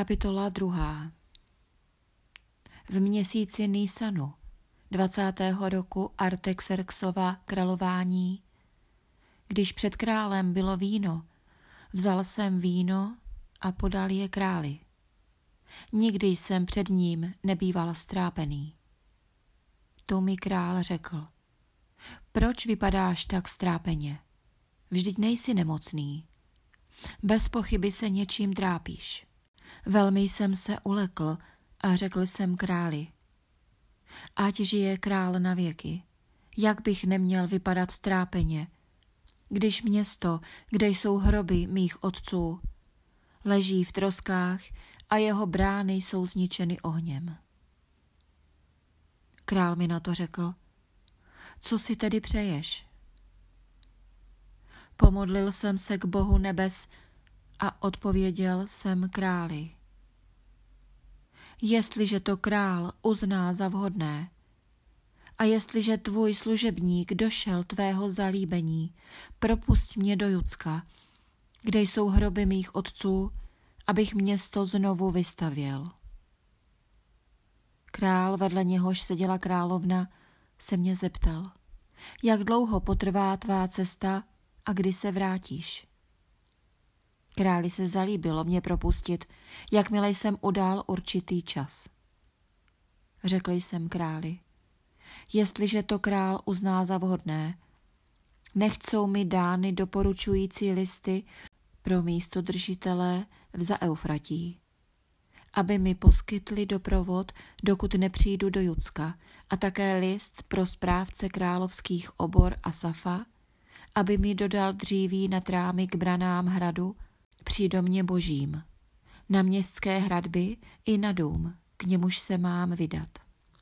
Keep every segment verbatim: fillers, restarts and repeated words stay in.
Kapitola druhá. V měsíci Nísanu, dvacátého roku Artaxerxova králování, když před králem bylo víno, vzal jsem víno a podal je králi. Nikdy jsem před ním nebýval strápený. To mi král řekl: proč vypadáš tak strápeně? Vždyť nejsi nemocný. Bez pochyby se něčím trápíš. Velmi jsem se ulekl a řekl jsem králi: ať žije král na věky, jak bych neměl vypadat trápeně, když město, kde jsou hroby mých otců, leží v troskách a jeho brány jsou zničeny ohněm. Král mi na to řekl: co si tedy přeješ? Pomodlil jsem se k Bohu nebes a odpověděl jsem králi: jestliže to král uzná za vhodné a jestliže tvůj služebník došel tvého zalíbení, propusť mě do Judska, kde jsou hroby mých otců, abych město znovu vystavěl. Král, vedle něhož seděla královna, se mě zeptal: jak dlouho potrvá tvá cesta a kdy se vrátíš? Králi se zalíbilo mě propustit, jakmile jsem udál určitý čas. Řekl jsem králi: jestliže to král uzná za vhodné, nechť jsou mi dány doporučující listy pro místodržitele v Zaeufratí, aby mi poskytli doprovod, dokud nepřijdu do Judska, a také list pro správce královských obor Asafa, aby mi dodal dříví na trámy k branám hradu při domě božím, na městské hradby i na dům, k němuž se mám vydat.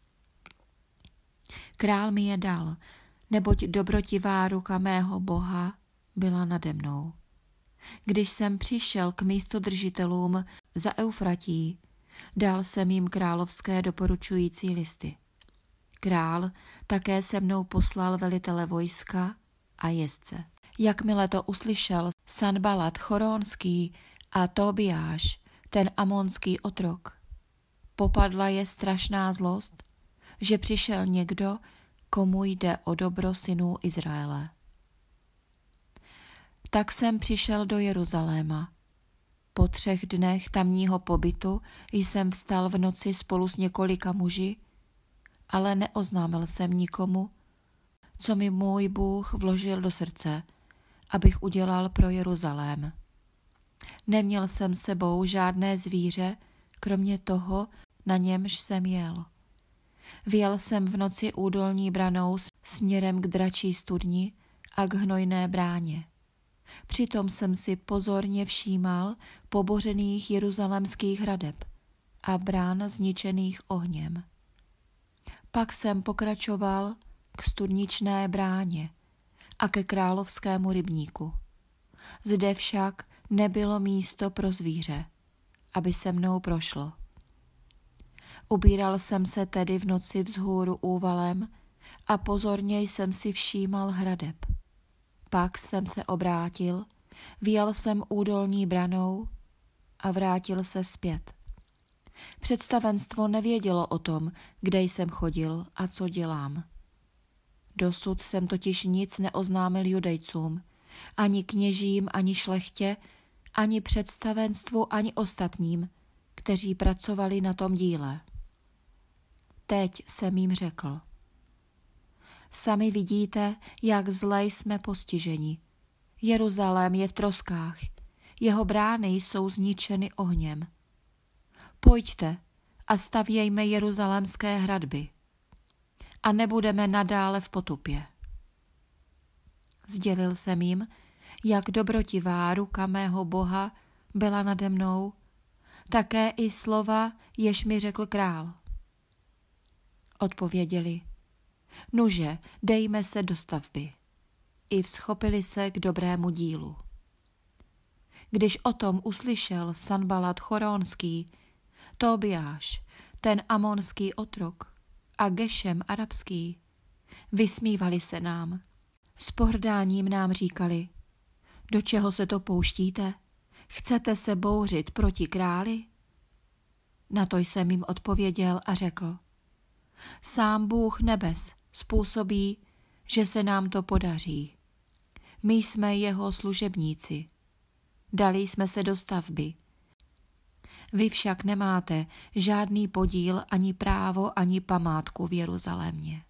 Král mi je dal, neboť dobrotivá ruka mého Boha byla nade mnou. Když jsem přišel k místodržitelům za Eufratí, dal jsem jim královské doporučující listy. Král také se mnou poslal velitele vojska a jezdce. Jakmile to uslyšel Sanbalat chorónský a Tobiáš, ten amonský otrok, popadla je strašná zlost, že přišel někdo, komu jde o dobro synů Izraele. Tak jsem přišel do Jeruzaléma. Po třech dnech tamního pobytu jsem vstal v noci spolu s několika muži, ale neoznámil jsem nikomu, co mi můj Bůh vložil do srdce, abych udělal pro Jeruzalém. Neměl jsem sebou žádné zvíře, kromě toho, na němž jsem jel. Vyjel jsem v noci údolní branou směrem k dračí studni a k hnojné bráně. Přitom jsem si pozorně všímal pobořených jeruzalémských hradeb a brán zničených ohněm. Pak jsem pokračoval k studničné bráně a ke královskému rybníku. Zde však nebylo místo pro zvíře, aby se mnou prošlo. Ubíral jsem se tedy v noci vzhůru úvalem a pozorně jsem si všímal hradeb. Pak jsem se obrátil, vyjel jsem údolní branou a vrátil se zpět. Představenstvo nevědělo o tom, kde jsem chodil a co dělám. Dosud jsem totiž nic neoznámil Judejcům, ani kněžím, ani šlechtě, ani představenstvu, ani ostatním, kteří pracovali na tom díle. Teď jsem jim řekl: sami vidíte, jak zle jsme postiženi. Jeruzalém je v troskách, jeho brány jsou zničeny ohněm. Pojďte a stavějme jeruzalémské hradby a nebudeme nadále v potupě. Sdělil jsem jim, jak dobrotivá ruka mého Boha byla nade mnou, také i slova, jež mi řekl král. Odpověděli: nuže, dejme se do stavby. I vzchopili se k dobrému dílu. Když o tom uslyšel Sanbalat chorónský, Tobiáš, ten amonský otrok, a Gešem arabský, vysmívali se nám. S pohrdáním nám říkali: do čeho se to pouštíte? Chcete se bouřit proti králi? Na to jsem jim odpověděl a řekl: Sám Bůh nebes způsobí, že se nám to podaří. My jsme jeho služebníci. Dali jsme se do stavby. Vy však nemáte žádný podíl, ani právo, ani památku v Jeruzalémě.